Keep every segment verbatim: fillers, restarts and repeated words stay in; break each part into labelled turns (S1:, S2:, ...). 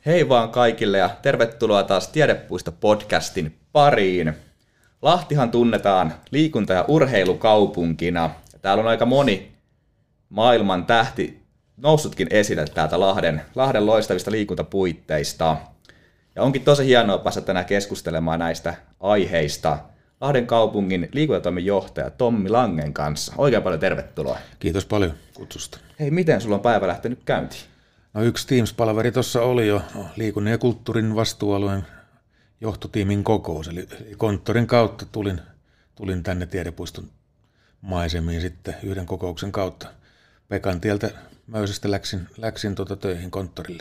S1: Hei vaan kaikille ja tervetuloa taas Tiedepuisto-podcastin pariin. Lahtihan tunnetaan liikunta- ja urheilukaupunkina. Täällä on aika moni maailman tähti noussutkin esille täältä Lahden, Lahden loistavista liikuntapuitteista. Ja onkin tosi hienoa päästä tänään keskustelemaan näistä aiheista Lahden kaupungin liikuntatoimen johtaja Tommi Langen kanssa. Oikein paljon tervetuloa.
S2: Kiitos paljon kutsusta.
S1: Hei, miten sulla on päivä lähtenyt käyntiin?
S2: No yksi Teams-palaveri tuossa oli jo liikunnan ja kulttuurin vastuualueen johtotiimin kokous. Eli konttorin kautta tulin, tulin tänne Tiedepuiston maisemiin sitten yhden kokouksen kautta. Pekan tieltä Möysistä läksin, läksin tuota töihin konttorille.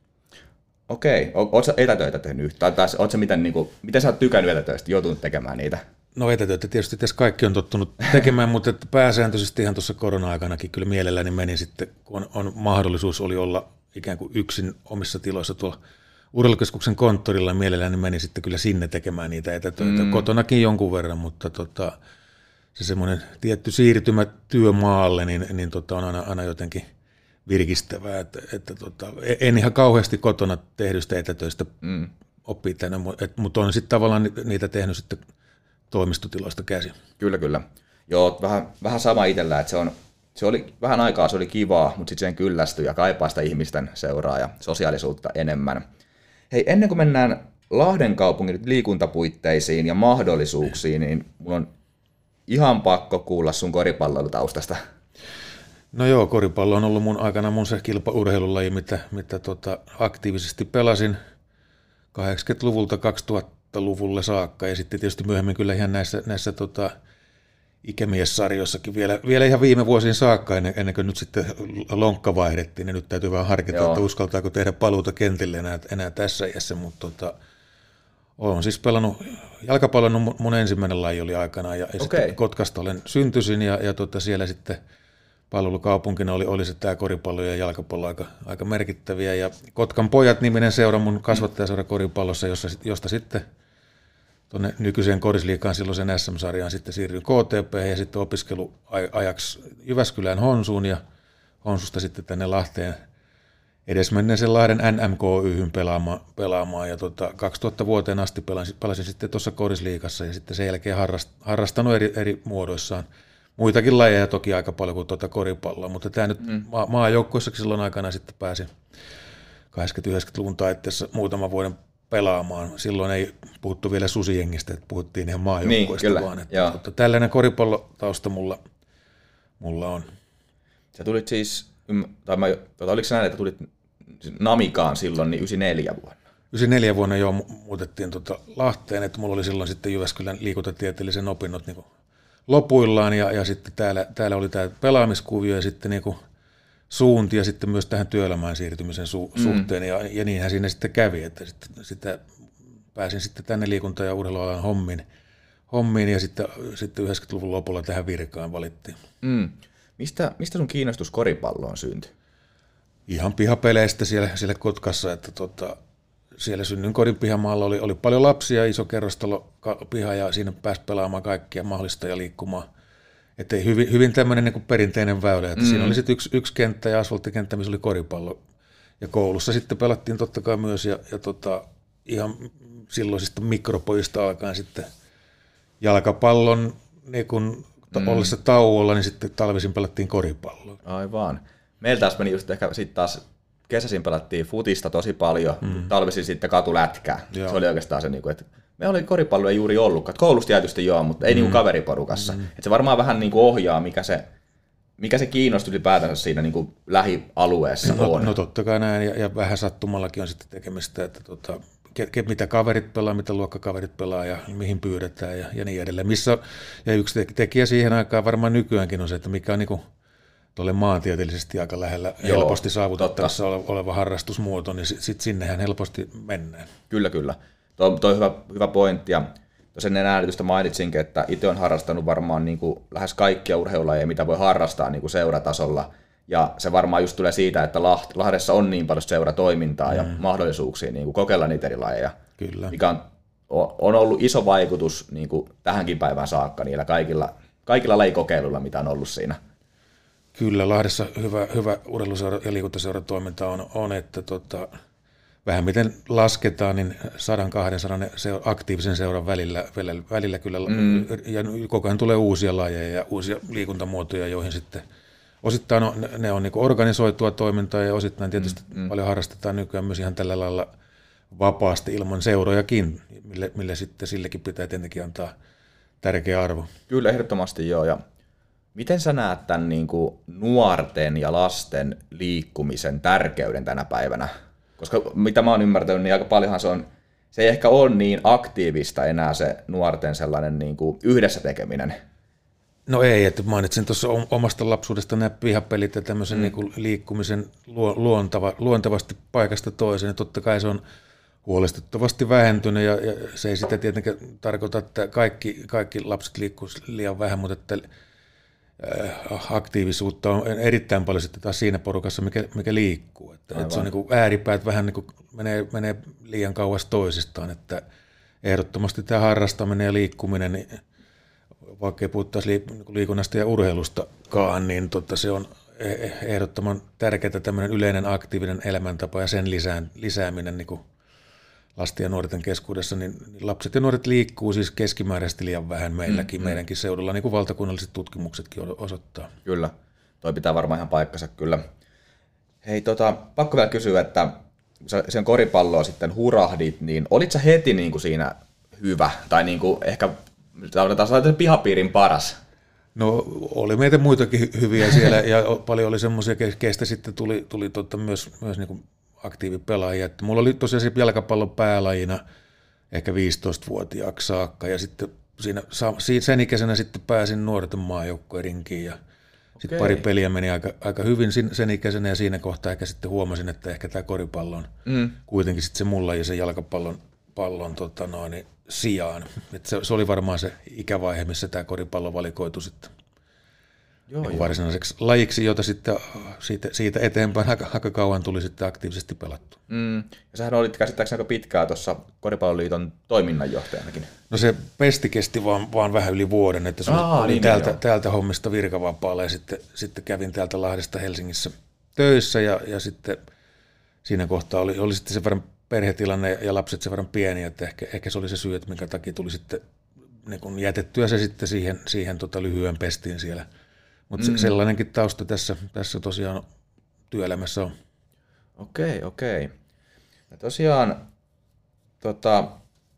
S1: Okei, ootko sä etätöitä tehnyt yhtään? Tai ootko sä miten, niin kuin, miten sä oot tykännyt etätöistä, joutunut tekemään niitä?
S2: No etätöitä tietysti tässä kaikki on tottunut tekemään, mutta pääsääntöisesti ihan tuossa korona-aikanakin kyllä mielelläni meni sitten, kun on, on mahdollisuus oli olla ikään kuin yksin omissa tiloissa tuolla urheilukeskuksen konttorilla, mielelläni meni sitten kyllä sinne tekemään niitä etätöitä. Mm. Kotonakin jonkun verran, mutta tota, se semmoinen tietty siirtymä työmaalle niin, niin tota on aina, aina jotenkin virkistävää, että, että tota, en ihan kauheasti kotona tehdystä etätöistä mm. oppii tänne, mutta on sitten tavallaan niitä tehnyt sitten toimistotiloista käsin.
S1: Kyllä, kyllä. Joo, vähän, vähän sama itsellä, että se on, se oli, vähän aikaa se oli kivaa, mutta sitten sen kyllästyi ja kaipaa sitä ihmisten seuraa ja sosiaalisuutta enemmän. Hei, ennen kuin mennään Lahden kaupungin liikuntapuitteisiin ja mahdollisuuksiin, niin mun on ihan pakko kuulla sun koripalloilutaustasta.
S2: No joo, koripallo on ollut mun aikana mun se kilpaurheilulaji, mitä, mitä tota, aktiivisesti pelasin kahdeksankymmentäluvulta kaksituhattaluvulle saakka ja sitten tietysti myöhemmin kyllä ihan näissä, näissä tota, ikämiessarjoissakin vielä, vielä ihan viime vuosiin saakka ennen, ennen kuin nyt sitten lonkka vaihdettiin, niin nyt täytyy vähän harkita, joo, että uskaltaako tehdä paluuta kentille enää, enää tässä iässä, mutta tota, olen siis pelannut, jalkapallon mun ensimmäinen laji oli aikanaan ja, ja okay. Sitten Kotkasta olen syntyisin ja, ja tota, siellä sitten palvelukaupunkina oli, oli se tämä koripallo ja jalkapallo aika, aika merkittäviä ja Kotkan pojat niminen seura mun kasvattajaseura koripallossa, jossa, josta sitten tuonne nykyiseen Korisliigaan silloisen S M-sarjaan sitten siirryin K T P ja sitten opiskeluajaksi Jyväskylään Honsuun ja Honsusta sitten tänne Lahteen edesmenneeseen Lahden N M K Y:hyn pelaamaan, pelaamaan ja tota, kaksituhatta vuoteen asti pelasin, pelasin sitten tuossa Korisliigassa ja sitten sen jälkeen harrast, harrastanut eri, eri muodoissaan. Muitakin lajeja toki aika paljon kuin tuota koripalloa, mutta tämä nyt mm. maa, maajoukkoissakin silloin aikana sitten pääsi kahdeksankymmentä-yhdeksänkymmentäluvun taitteessa muutaman vuoden pelaamaan. Silloin ei puhuttu vielä susijengistä, että puhuttiin ihan maajoukkoista niin, vaan. Että, mutta tällainen koripallotausta mulla, mulla on.
S1: Sä tulit siis, tai mä, tota, oliko se näin, että tulit Namikaan silloin niin yhdeksänkymmentäneljä vuonna?
S2: yhdeksänkymmentäneljä vuonna jo muutettiin tuota Lahteen, että mulla oli silloin sitten Jyväskylän liikuntatieteellisen opinnot niin kuin lopuillaan ja, ja sitten täällä, täällä oli tämä pelaamiskuvio ja sitten niin kuin suunti ja sitten myös tähän työelämään siirtymisen su- mm. suhteen ja, ja niinhän siinä sitten kävi, että sitten, sitä pääsin sitten tänne liikunta- ja urheilualan hommiin, hommiin ja sitten, sitten yhdeksänkymmentäluvun lopulla tähän virkaan valittiin.
S1: Mm. Mistä, mistä sun kiinnostus koripalloon syntyi?
S2: Ihan pihapeleistä siellä, siellä Kotkassa, että tota, siellä Synnynkodin pihamaalla oli, oli paljon lapsia, iso kerrostalo piha ja siinä pääsi pelaamaan kaikkia mahdollista ja liikkumaan. Että hyvin, hyvin tämmöinen niin kuin perinteinen väylä, että mm. siinä oli sitten yksi, yksi kenttä ja asfalttikenttä, missä oli koripallo. Ja koulussa sitten pelattiin totta kai myös ja, ja tota, ihan silloisista mikropojista alkaen sitten jalkapallon niin kun mm. ollessa tauolla, niin sitten talvisin pelattiin koripalloa.
S1: Aivan. Meillä taas meni just ehkä sitten taas kesäisin pelattiin futista tosi paljon, mm. talvisin sitten katulätkää. Joo. Se oli oikeastaan se, että me oli koripallo ei juuri ollutkaan. Koulussa tietysti joo, mutta ei mm. niin kuin kaveriporukassa. Mm. Et se varmaan vähän niin kuin ohjaa, mikä se, mikä se kiinnostus ylipäätänsä siinä niin kuin lähialueessa
S2: no,
S1: on.
S2: No totta kai näin, ja, ja vähän sattumallakin on sitten tekemistä, että tota, ke, ke, mitä kaverit pelaa, mitä luokkakaverit pelaa ja mihin pyydetään ja, ja niin edelleen. Missä, ja yksi tekijä siihen aikaan varmaan nykyäänkin on se, että mikä on niin kuin tuolle maantieteellisesti aika lähellä Joo, helposti saavutettavassa totta. oleva harrastusmuoto, niin sitten sit sinnehän helposti mennään.
S1: Kyllä, kyllä. Tuo, tuo on hyvä, hyvä pointti. Ja tuossa ennen äänitystä mainitsinkin, että itse olen harrastanut varmaan niin kuin lähes kaikkia urheilulajeja, mitä voi harrastaa niin kuin seuratasolla. Ja se varmaan just tulee siitä, että Lahdessa on niin paljon seuratoimintaa mm. ja mahdollisuuksia niin kuin kokeilla niitä eri lajeja.
S2: Kyllä.
S1: Mikä on, on ollut iso vaikutus niin kuin tähänkin päivään saakka niillä kaikilla, kaikilla lajikokeiluilla, mitä on ollut siinä.
S2: Kyllä, Lahdessa hyvä, hyvä urheiluseura- ja liikuntaseuratoiminta on, on että tota, vähän miten lasketaan, niin sata kaksisataa aktiivisen seuran välillä, välillä, välillä kyllä, mm. ja koko ajan tulee uusia lajeja ja uusia liikuntamuotoja, joihin sitten osittain on, ne on niin kuin organisoitua toimintaa ja osittain tietysti mm. paljon harrastetaan nykyään myös ihan tällä lailla vapaasti ilman seurojakin, mille, mille sitten sillekin pitää tietenkin antaa tärkeä arvo.
S1: Kyllä, ehdottomasti joo. Ja miten sä näet tämän niin kuin nuorten ja lasten liikkumisen tärkeyden tänä päivänä? Koska mitä mä oon ymmärtänyt, niin aika paljonhan se on, se ei ehkä ole niin aktiivista enää se nuorten sellainen niin kuin yhdessä tekeminen.
S2: No ei, että mainitsin tuossa omasta lapsuudesta nämä pihapelit ja tämmöisen mm. niin kuin liikkumisen luontava, luontevasti paikasta toiseen. Ja totta kai se on huolestuttavasti vähentynyt ja, ja se ei sitä tietenkään tarkoita, että kaikki, kaikki lapset liikkuisivat liian vähän, mutta että äh, aktiivisuutta on erittäin paljon sitten taas siinä porukassa, mikä, mikä liikkuu. Että, että se on niin kuin ääripäät vähän niin kuin menee, menee liian kauas toisistaan, että ehdottomasti tämä harrastaminen ja liikkuminen, niin vaikka ei puhuttaisi liikunnasta ja urheilustakaan, niin tota se on ehdottoman tärkeää tämmöinen yleinen aktiivinen elämäntapa ja sen lisään, lisääminen niin kuin lasten ja nuorten keskuudessa, niin lapset ja nuoret liikkuu siis keskimääräisesti liian vähän meilläkin, mm, meidänkin seudulla, niin kuin valtakunnalliset tutkimuksetkin osoittaa.
S1: Kyllä, toi pitää varmaan ihan paikkansa kyllä. Hei, tota, pakko vielä kysyä, että kun sen koripalloa sitten hurahdit, niin olit sä heti niin kuin siinä hyvä, tai niin kuin ehkä otetaan pihapiirin paras?
S2: No oli meitä muitakin hyviä siellä ja paljon oli semmoisia, keistä sitten tuli, tuli totta myös, myös niin kuin aktiivipelaajia. Että mulla oli tosiaan jalkapallon päälajina ehkä viisitoistavuotiaaksi saakka ja sitten siinä, sen ikäisenä sitten pääsin nuorten maajoukkojen rinkiin ja sitten pari peliä meni aika, aika hyvin sen ikäisenä ja siinä kohtaa ehkä sitten huomasin, että ehkä tämä koripallo on mm. kuitenkin sitten se mulla ja se jalkapallon pallon tota noin, sijaan. Että se, se oli varmaan se ikävaihe, missä tämä koripallo valikoitui sitten joo, niin varsinaiseksi lajiksi, jota sitten siitä, siitä eteenpäin aika, aika kauan tuli sitten aktiivisesti pelattu.
S1: Mm. Ja sähän olit käsittääkseni aika pitkään tuossa Koripalloliiton toiminnanjohtajanakin.
S2: No se pesti kesti vaan, vaan vähän yli vuoden, että se Aa, oli niin, täältä, täältä hommista virkavapaalla ja sitten, sitten kävin täältä Lahdesta Helsingissä töissä ja, ja sitten siinä kohtaa oli, oli sitten sen verran perhetilanne ja lapset sen verran pieniä, että ehkä, ehkä se oli se syy, että minkä takia tuli sitten niin kun jätettyä se sitten siihen, siihen tota lyhyen pestiin siellä. Mutta mm. sellainenkin tausta tässä, tässä tosiaan työelämässä on.
S1: Okei, okei. Ja tosiaan, tota,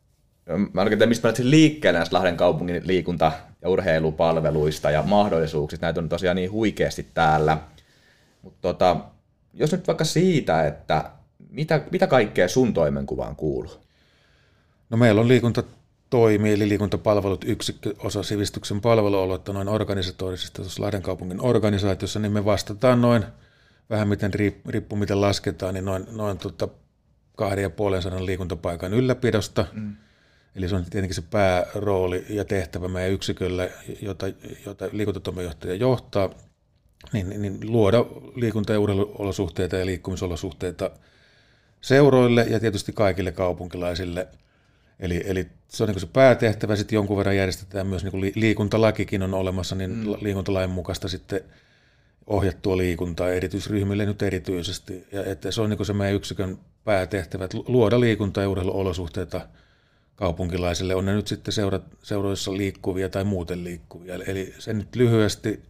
S1: mä en tiedä, mistä mä lähtisin liikkeelle näistä Lahden kaupungin liikunta- ja urheilupalveluista ja mahdollisuuksista. Näitä on tosiaan niin huikeasti täällä. Mutta tota, jos nyt vaikka siitä, että Mitä, mitä kaikkea sun toimenkuvaan kuuluu?
S2: No meillä on liikuntatoimi, eli liikuntapalvelut yksikkö, osa sivistyksen palvelualuetta noin organisatorisesti tuossa Lahden kaupungin organisaatiossa, niin me vastataan noin, vähän miten riippuu miten lasketaan, niin noin, noin tota kahden ja puolen sadan liikuntapaikan ylläpidosta. Mm. Eli se on tietenkin se päärooli ja tehtävä meidän yksiköllä, jota, jota liikuntatoimenjohtaja johtaa, niin, niin luoda liikunta- ja urheiluolosuhteita ja liikkumisolosuhteita seuroille ja tietysti kaikille kaupunkilaisille. Eli, eli se on niin se päätehtävä, sitten jonkun verran järjestetään myös niin kuin liikuntalakikin on olemassa, niin mm. liikuntalain mukaista sitten ohjattua liikuntaa erityisryhmille nyt erityisesti. Ja että se on niin se meidän yksikön päätehtävä, että luoda liikunta- ja urheiluolosuhteita kaupunkilaisille, on ne nyt sitten seurat, seuroissa liikkuvia tai muuten liikkuvia. Eli se nyt lyhyesti,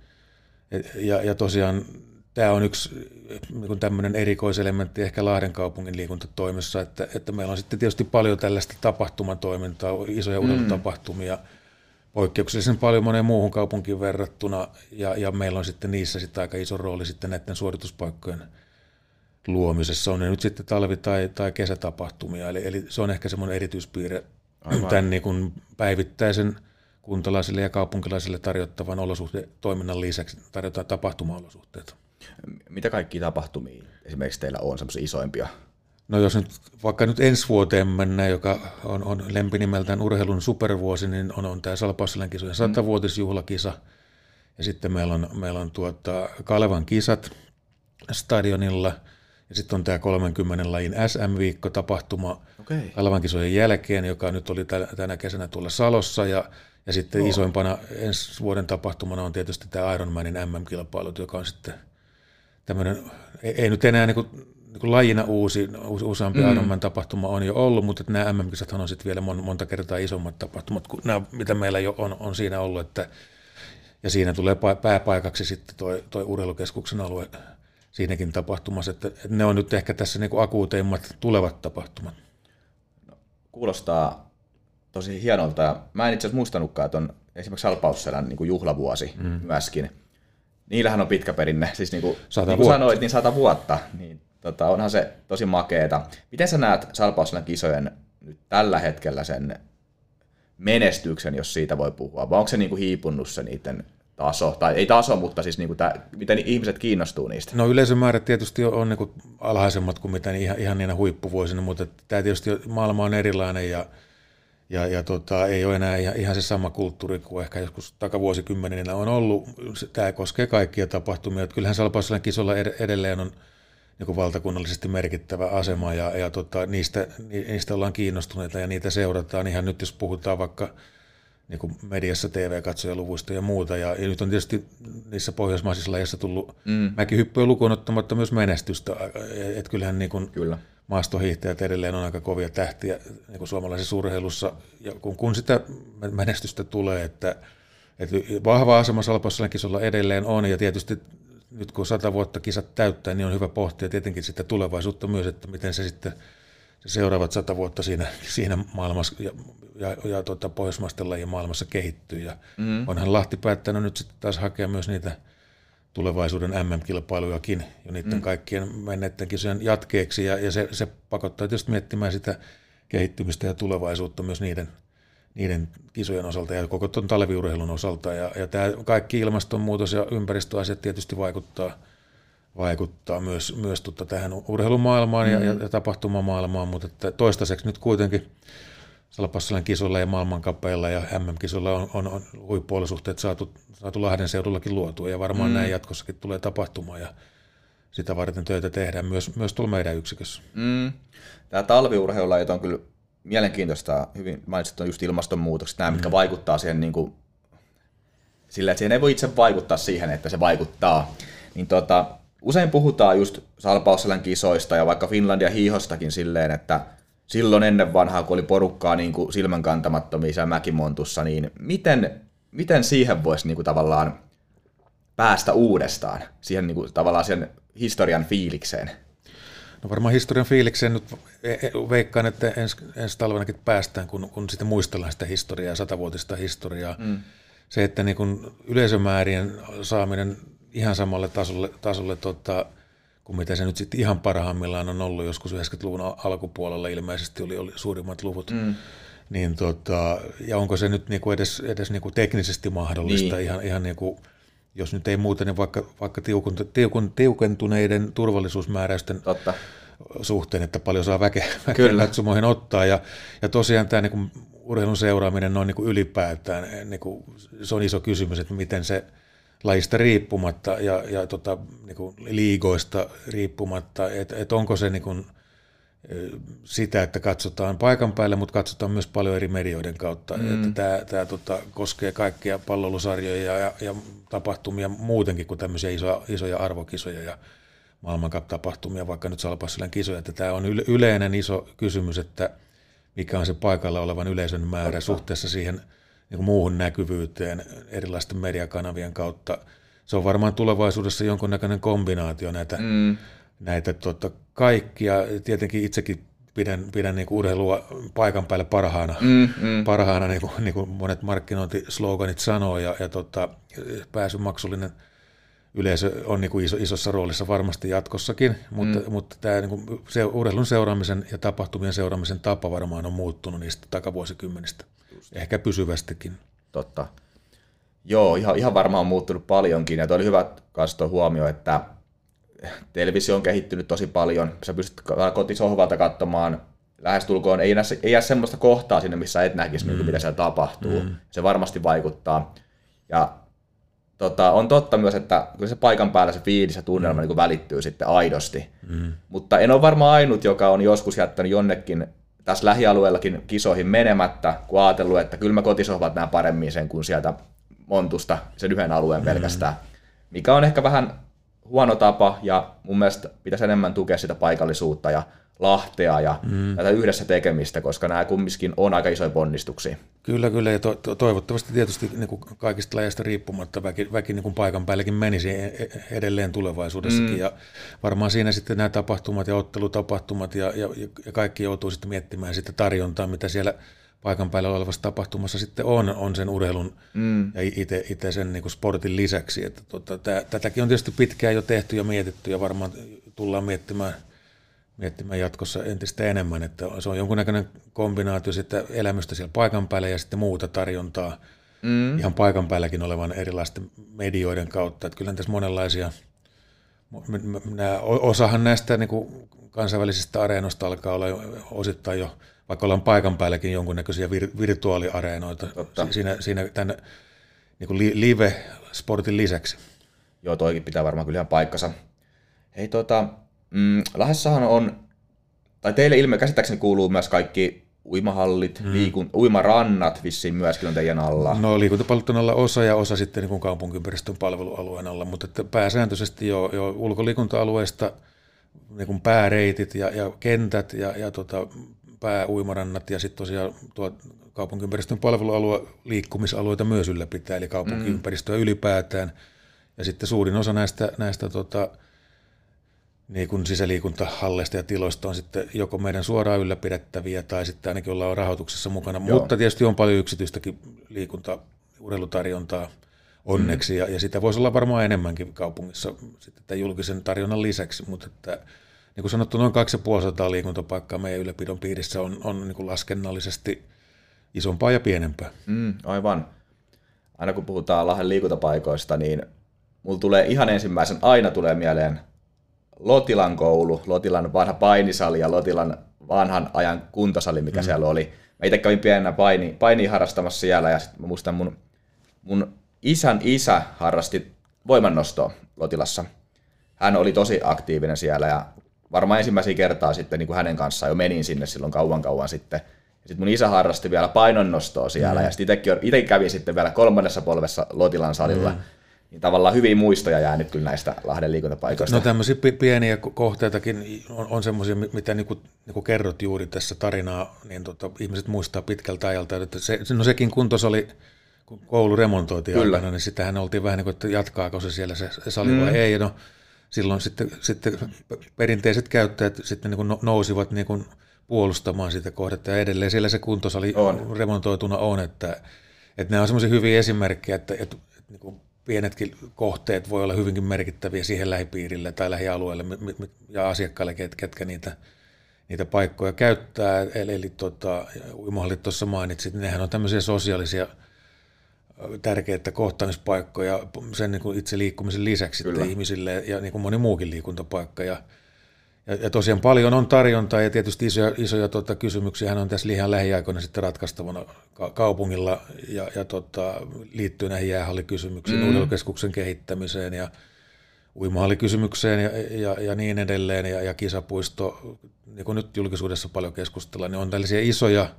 S2: ja, ja tosiaan tämä on yksi niin tämmöinen erikoiselementti ehkä Lahden kaupungin liikuntatoimessa, että, että meillä on sitten tietysti paljon tällaista tapahtumatoimintaa, isoja urheilutapahtumia, mm. poikkeuksellisen paljon moneen muuhun kaupunkiin verrattuna, ja, ja meillä on sitten niissä sitten aika iso rooli sitten näiden suorituspaikkojen luomisessa. On ne nyt sitten talvi- tai, tai kesätapahtumia, eli, eli se on ehkä semmoinen erityispiirre Aivan. tämän niin kuin päivittäisen kuntalaisille ja kaupunkilaisille tarjottavan olosuhdetoiminnan lisäksi tarjotaan tapahtuma-olosuhteita.
S1: Mitä kaikkia tapahtumia esimerkiksi teillä on, semmoisia isoimpia?
S2: No jos nyt vaikka nyt ensi vuoteen mennään, joka on, on lempinimeltään urheilun supervuosi, niin on, on tämä Salpausselän kisojen satavuotisjuhlakisa. Ja sitten meillä on, meillä on tuota Kalevan kisat stadionilla. Ja sitten on tämä kolmenkymmenen lajin S M-viikko-tapahtuma okay. Kalevan kisojen jälkeen, joka nyt oli tänä kesänä tuolla Salossa. Ja, ja sitten oh. isoimpana ensi vuoden tapahtumana on tietysti tämä Ironmanin M M-kilpailut, joka on sitten tämmöinen, ei, ei nyt enää niin kuin niin lajina uusi, useampi mm. Ironman tapahtuma on jo ollut, mutta että nämä M M-kisathan on sitten vielä monta kertaa isommat tapahtumat kuin nämä, mitä meillä jo on, on siinä ollut, että, ja siinä tulee pääpaikaksi sitten toi, toi urheilukeskuksen alue siinäkin tapahtumassa, että, että ne on nyt ehkä tässä niin kuin akuuteimmat tulevat tapahtumat.
S1: No, kuulostaa tosi hienolta. Mä en itse asiassa muistanutkaan, että on esimerkiksi Salpausselän niin kuin juhlavuosi mm. myöskin. Niillähän on pitkä perinne, siis niin kuin, niin kuin sanoit, niin sata vuotta. Niin, tota, onhan se tosi makeeta. Miten sä näet Salpausselän kisojen nyt tällä hetkellä sen menestyksen, jos siitä voi puhua? Vai onko se niin kuin hiipunut se niiden taso? Tai ei taso, mutta siis niin kuin tämä, miten ihmiset kiinnostuu niistä?
S2: No yleisömäärät tietysti on niin kuin alhaisemmat kuin mitä ihan, ihan niinä huippuvuosina, mutta tämä tietysti maailma on erilainen ja Ja, ja tota, ei ole enää ihan, ihan se sama kulttuuri kuin ehkä joskus takavuosikymmeninä on ollut. Tämä koskee kaikkia tapahtumia. Että kyllähän Salpausselän kisolla edelleen on niin kuin valtakunnallisesti merkittävä asema ja, ja tota, niistä, niistä ollaan kiinnostuneita ja niitä seurataan. Ihan nyt jos puhutaan vaikka niin kuin mediassa T V-katsojaluvuista ja muuta. Ja, ja nyt on tietysti niissä pohjoismaisissa lajeissa tullut mm. mäkihyppyä lukuun ottamatta myös menestystä. Että kyllähän niin kuin, Kyllä. maastohiihtäjät edelleen on aika kovia tähtiä niin kuin suomalaisessa urheilussa, ja kun, kun sitä menestystä tulee, että, että vahva asema Salpausselän kisolla edelleen on, ja tietysti nyt kun sata vuotta kisat täyttää, niin on hyvä pohtia tietenkin sitä tulevaisuutta myös, että miten se sitten se seuraavat sata vuotta siinä, siinä maailmassa ja, ja, ja tuota, pohjoismaisten lajien maailmassa kehittyy, ja mm. onhan Lahti päättänyt nyt sitten taas hakea myös niitä tulevaisuuden M M-kilpailujakin jo niiden mm. kaikkien menneiden kisojen jatkeeksi, ja, ja se, se pakottaa tietysti miettimään sitä kehittymistä ja tulevaisuutta myös niiden, niiden kisojen osalta ja koko tuon talviurheilun osalta, ja, ja tämä kaikki ilmastonmuutos ja ympäristöasiat tietysti vaikuttaa, vaikuttaa myös, myös tutta tähän urheilumaailmaan mm. ja, ja tapahtumamaailmaan, mutta että toistaiseksi nyt kuitenkin Salpausselän kisoilla ja maailmankapeilla ja M M-kisoilla on, on, on huippuolosuhteet saatu, saatu Lahden seudullakin luotua, ja varmaan mm. näin jatkossakin tulee tapahtumaan, ja sitä varten töitä tehdään myös, myös tuolla meidän yksikössä.
S1: Mm. Tämä talviurheilulajit on kyllä mielenkiintoista, hyvin mainitsit on just ilmastonmuutokset, nämä, mm. mitkä vaikuttaa siihen niin kuin, sillä, että siihen ei voi itse vaikuttaa siihen, että se vaikuttaa. Niin tota, usein puhutaan just Salpausselän kisoista ja vaikka Finlandia hiihostakin silleen, että silloin ennen vanhaa, kun oli porukkaa niin kuin silmänkantamattomia siellä Mäkimontussa, niin miten, miten siihen voisi niin kuin tavallaan päästä uudestaan, siihen niin kuin tavallaan sen historian fiilikseen?
S2: No varmaan historian fiilikseen nyt veikkaan, että ensi, ensi talvenakin päästään, kun, kun sitten muistellaan sitä historiaa, satavuotista historiaa. Mm. Se, että niin kuin yleisömäärien saaminen ihan samalle tasolle, tasolle tota, kuin mitä se nyt sitten ihan parhaimmillaan on ollut joskus yhdeksänkymmentäluvun alkupuolella ilmeisesti oli, oli suurimmat luvut. Mm. Niin tota, ja onko se nyt niinku edes, edes niinku teknisesti mahdollista, niin. ihan, ihan niinku, jos nyt ei muuta, niin vaikka, vaikka tiukun, tiukun, tiukentuneiden turvallisuusmääräysten Totta. suhteen, että paljon saa väkeä, väkeä katsomoihin ottaa. Ja, ja tosiaan tämä niinku urheilun seuraaminen on niinku ylipäätään, niinku, se on iso kysymys, että miten se lajista riippumatta ja, ja tota, niinku liigoista riippumatta, että et onko se niinku sitä, että katsotaan paikan päälle, mutta katsotaan myös paljon eri medioiden kautta. Mm. Tämä, tämä tota, koskee kaikkia palloilusarjoja ja, ja tapahtumia muutenkin kuin tämmöisiä isoja, isoja arvokisoja ja maailmancup-tapahtumia, vaikka nyt Salpausselän kisoja. Että tämä on yleinen iso kysymys, että mikä on se paikalla olevan yleisön määrä Totta. suhteessa siihen niin kuin muuhun näkyvyyteen erilaisten mediakanavien kautta. Se on varmaan tulevaisuudessa jonkunnäköinen kombinaatio näitä, mm. näitä tota, kaikkia. Tietenkin itsekin pidän, pidän niin kuin urheilua paikan päälle parhaana, mm, mm. parhaana niin, kuin, niin kuin monet markkinointisloganit sanoo, ja, ja tota, pääsymaksullinen yleisö on niin kuin iso, isossa roolissa varmasti jatkossakin, mutta, mm. mutta tämä niin kuin, se urheilun seuraamisen ja tapahtumien seuraamisen tapa varmaan on muuttunut niistä takavuosikymmenistä. Ehkä pysyvästikin.
S1: Totta. Joo, ihan, ihan varmaan on muuttunut paljonkin, ja tuo oli hyvä kanssa tuo huomio, että televisio on kehittynyt tosi paljon. Sä pystyt kotisohvalta katsomaan lähestulkoon, ei, enää, ei jää semmoista kohtaa sinne, missä et näkisi, mm. mitä siellä tapahtuu. Mm. Se varmasti vaikuttaa. Ja tota, on totta myös, että kyllä se paikan päällä se fiilis ja tunnelma mm. niin välittyy sitten aidosti. Mm. Mutta en ole varmaan ainut, joka on joskus jättänyt jonnekin tässä lähialueellakin kisoihin menemättä, kun ajatellut, että kyllä mä kotisohvat näen paremmin sen kuin sieltä Montusta, sen yhden alueen pelkästään, mm. mikä on ehkä vähän huono tapa ja mun mielestä pitäisi enemmän tukea sitä paikallisuutta ja Lahtea ja mm. tätä yhdessä tekemistä, koska nämä kumminkin on aika isoja ponnistuksia.
S2: Kyllä, kyllä, ja to- to- toivottavasti tietysti niin kuin kaikista lajeista riippumatta väki, väki niin kuin paikan päällekin menisi edelleen tulevaisuudessakin, mm. ja varmaan siinä sitten nämä tapahtumat ja ottelutapahtumat ja, ja, ja kaikki joutuu sitten miettimään sitä tarjontaa, mitä siellä paikan päällä olevassa tapahtumassa sitten on, on sen urheilun mm. ja itse sen niin kuin sportin lisäksi. Että tota, tää, tätäkin on tietysti pitkään jo tehty ja mietitty, ja varmaan tullaan miettimään miettimään jatkossa entistä enemmän, että se on jonkunnäköinen kombinaatio sitten elämystä siellä paikan päällä ja sitten muuta tarjontaa mm. ihan paikan päälläkin olevan erilaisten medioiden kautta. Että kyllä tässä monenlaisia, nämä, osahan näistä niin kuin kansainvälisistä areenoista alkaa olla osittain jo, vaikka ollaan paikan päälläkin jonkunnäköisiä vir- virtuaaliareenoita Totta. siinä, siinä tämän niin kuin live-sportin lisäksi.
S1: Joo, toikin pitää varmaan kyllä ihan paikkansa. Hei tota... Mm, Lahdessahan on, tai teille ilme käsittääkseni kuuluu myös kaikki uimahallit, mm. liikun, uimarannat vissiin myöskin on teidän alla.
S2: No liikuntapalvelut on alla osa ja osa sitten niin kuin kaupunkiympäristön palvelualueen alla, mutta että pääsääntöisesti jo, jo ulkoliikunta-alueesta niin kuin pääreitit ja, ja kentät ja, ja tota, pääuimarannat ja sitten tosiaan tuo kaupunkiympäristön palvelualue liikkumisalueita myös ylläpitää, eli kaupunkiympäristöä mm. ylipäätään. Ja sitten suurin osa näistä, näistä tota, niin kuin sisäliikuntahalleista ja tiloista on sitten joko meidän suoraan ylläpidettäviä tai sitten ainakin ollaan rahoituksessa mukana. Joo. Mutta tietysti on paljon yksityistäkin liikunta-urheilutarjontaa onneksi, mm. ja, ja sitä voisi olla varmaan enemmänkin kaupungissa sitten tämän julkisen tarjonnan lisäksi, mutta että, niin kuin sanottu, noin kaksisataaviisikymmentä liikuntapaikkaa meidän ylläpidon piirissä on, on niin kuin laskennallisesti isompaa ja pienempää.
S1: Mm, aivan. Aina kun puhutaan Lahden liikuntapaikoista, niin mulla tulee ihan ensimmäisen, aina tulee mieleen Lotilan koulu, Lotilan vanha painisali ja Lotilan vanhan ajan kuntosali, mikä mm. siellä oli. Mä itse kävin pienenä paini, painia harrastamassa siellä, ja sitten mä muistan mun, mun isän isä harrasti voimannostoa Lotilassa. Hän oli tosi aktiivinen siellä, ja varmaan ensimmäisiä kertaa sitten niin kuin hänen kanssaan jo menin sinne silloin kauan kauan sitten. Sitten mun isä harrasti vielä painonnostoa siellä, mm. ja sitten itsekin kävin sitten vielä kolmannessa polvessa Lotilan salilla. Mm. Niin tavallaan hyviä muistoja jää nyt kyllä näistä Lahden liikuntapaikoista.
S2: No tämmöisiä pieniä kohteitakin on, on semmoisia, mitä niin kuin, niin kuin kerrot juuri tässä tarinaa, niin tota, ihmiset muistaa pitkältä ajalta. Että se, no sekin kuntosali, kun koulu remontoitiin kyllä. aikana, niin sitähän oltiin vähän niin kuin, että jatkaako se siellä se, se sali mm. vai ei. No, silloin sitten, sitten perinteiset käyttäjät sitten niin kuin nousivat niin kuin puolustamaan sitä kohdetta, ja edelleen siellä se kuntosali on. remontoituna on. Että, että nämä on semmoisia hyviä esimerkkejä, että, että, että niin kuin pienetkin kohteet voi olla hyvinkin merkittäviä siihen lähipiirille tai lähialueelle ja asiakkaille, ketkä niitä, niitä paikkoja käyttää. Eli, eli tota, uimahallit tuossa mainitsit, niin nehän on tämmöisiä sosiaalisia tärkeitä kohtaamispaikkoja sen niin kuin itse liikkumisen lisäksi ihmisille ja niin kuin moni muukin liikuntapaikka. Ja, ja, ja tosiaan paljon on tarjontaa ja tietysti isoja, isoja tota, kysymyksiä on tässä ihan lähiaikoina sitten ratkaistavana kaupungilla ja, ja tota, liittyy näihin jäähallikysymyksiin, mm. urheilukeskuksen kehittämiseen ja uimahallikysymykseen ja, ja, ja niin edelleen ja, ja kisapuisto, niin kuin nyt julkisuudessa paljon keskustellaan, niin on tällaisia isoja,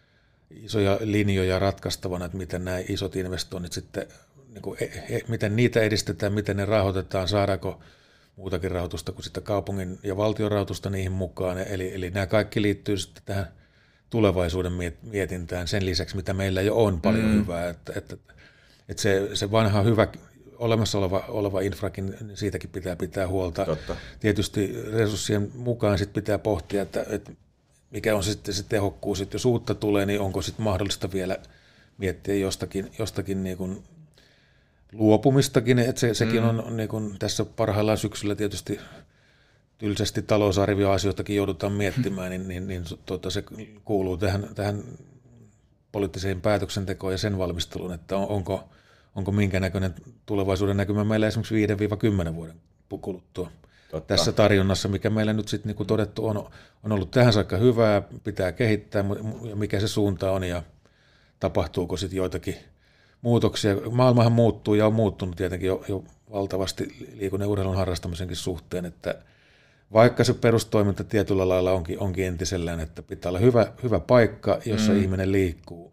S2: isoja linjoja ratkaistavana, että miten nämä isot investoinnit sitten, niin kuin, miten niitä edistetään, miten ne rahoitetaan, saadaanko muutakin rahoitusta kuin sitä kaupungin ja valtion rahoitusta niihin mukaan. Eli, eli nämä kaikki liittyy sitten tähän tulevaisuuden mietintään sen lisäksi, mitä meillä jo on paljon mm. hyvää. Että, että, että se, se vanha hyvä olemassa oleva, oleva infrakin, niin siitäkin pitää pitää huolta.
S1: Totta.
S2: Tietysti resurssien mukaan sit pitää pohtia, että, että mikä on sitten se tehokkuus. Että jos uutta tulee, niin onko sitten mahdollista vielä miettiä jostakin, jostakin niin kuin luopumistakin, että se, sekin mm. on niin kuin tässä parhaillaan syksyllä tietysti tylsästi talousarvioasioitakin joudutaan miettimään, niin, niin, niin tuota, se kuuluu tähän, tähän poliittiseen päätöksentekoon ja sen valmisteluun, että on, onko, onko minkä näköinen tulevaisuuden näkymä meillä esimerkiksi viiden kymmenen vuoden kuluttua. Totta. Tässä tarjonnassa, mikä meillä nyt sitten niin kuin todettu on, on ollut tähän saakka hyvää, pitää kehittää, ja mikä se suunta on ja tapahtuuko sitten joitakin muutoksia. Maailmahan muuttuu ja on muuttunut tietenkin jo, jo valtavasti liikunnan ja urheilun harrastamisenkin suhteen, että vaikka se perustoiminta tietyllä lailla onkin, onkin entisellään, että pitää olla hyvä, hyvä paikka, jossa mm. ihminen liikkuu,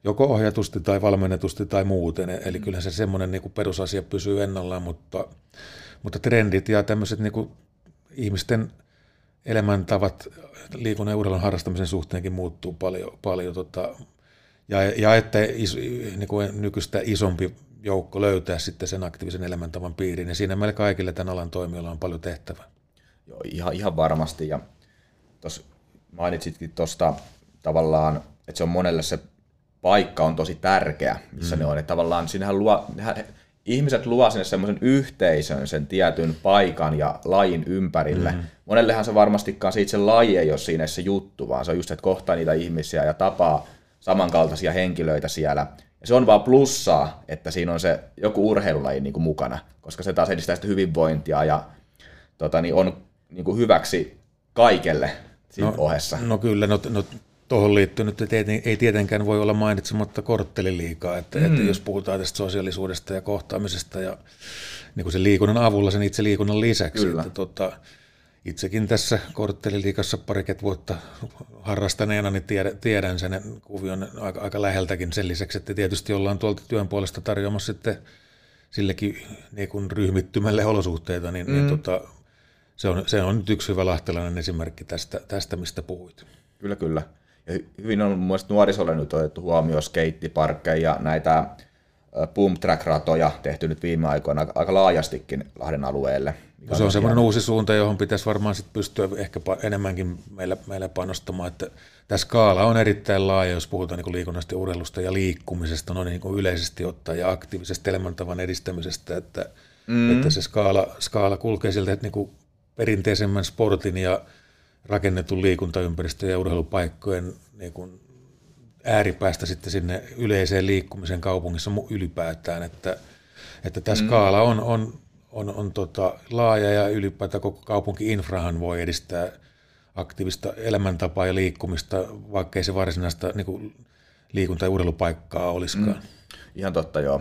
S2: joko ohjatusti tai valmennetusti tai muuten. Eli kyllä se semmoinen niin kuin perusasia pysyy ennallaan, mutta, mutta trendit ja tämmöiset niin kuin ihmisten elämäntavat liikunnan ja urheilun harrastamisen suhteenkin muuttuu paljon. paljon tota, ja, ja että is, niin kuin nykyistä isompi joukko löytää sitten sen aktiivisen elämäntavan piiriin. Ja siinä meillä kaikille tämän alan toimijoilla on paljon tehtävää.
S1: Joo, ihan, ihan varmasti. Ja tuossa mainitsitkin tuosta tavallaan, että se on monelle se paikka on tosi tärkeä, missä mm. ne on. Että tavallaan siinähän luo, nehän, ihmiset luo sinne semmoisen yhteisön, sen tietyn paikan ja lajin ympärille. Mm. Monellehan se varmastikaan se itse laji ei ole siinä se juttu, vaan se on just, että kohtaa niitä ihmisiä ja tapaa samankaltaisia henkilöitä siellä. Ja se on vaan plussaa, että siinä on se joku urheilulaji niin kuin mukana, koska se taas edistää sitä hyvinvointia ja tota, niin on niin kuin hyväksi kaikelle siinä
S2: no,
S1: ohessa.
S2: No kyllä, no, no tuohon liittyen nyt ei tietenkään voi olla mainitsematta kortteliliigaa, että, mm. että jos puhutaan tästä sosiaalisuudesta ja kohtaamisesta ja niin kuin sen liikunnan avulla, sen itse liikunnan lisäksi. Että, tota, itsekin tässä kortteliliigassa pariket vuotta harrastaneena, niin tiedän, tiedän sen kuvion aika, aika läheltäkin sen lisäksi, että tietysti ollaan tuolta työn puolesta tarjoamassa sitten sillekin niin kuin ryhmittymälle olosuhteita, niin, mm. niin tota, se, on, se on nyt yksi hyvä lahtelainen esimerkki tästä, tästä mistä puhuit.
S1: Kyllä, kyllä. Ja hyvin on mun mielestä nuorisolle nyt otettu huomioon skeittiparkkeja ja näitä boom track-ratoja tehty nyt viime aikoina aika laajastikin Lahden alueelle.
S2: No se on semmoinen uusi suunta, johon pitäisi varmaan sit pystyä ehkä enemmänkin meillä, meillä panostamaan, että tämä skaala on erittäin laaja, jos puhutaan niin kuin liikunnasta ja urheilusta ja liikkumisesta, no niin kuin yleisesti ottaen ja aktiivisesta elämäntavan edistämisestä, että, mm. että se skaala, skaala kulkee sieltä että niin kuin perinteisemmän sportin ja rakennetun liikuntaympäristön ja urheilupaikkojen niin kuin ääripäästä sitten sinne yleiseen liikkumisen kaupungissa ylipäätään, että, että tämä mm. skaala on, on, on, on tota laaja ja ylipäätään koko kaupunki-infrahan voi edistää aktiivista elämäntapaa ja liikkumista, vaikka ei se varsinaista niin kuin liikunta- ja urheilupaikkaa olisikaan. Mm.
S1: Ihan totta, joo.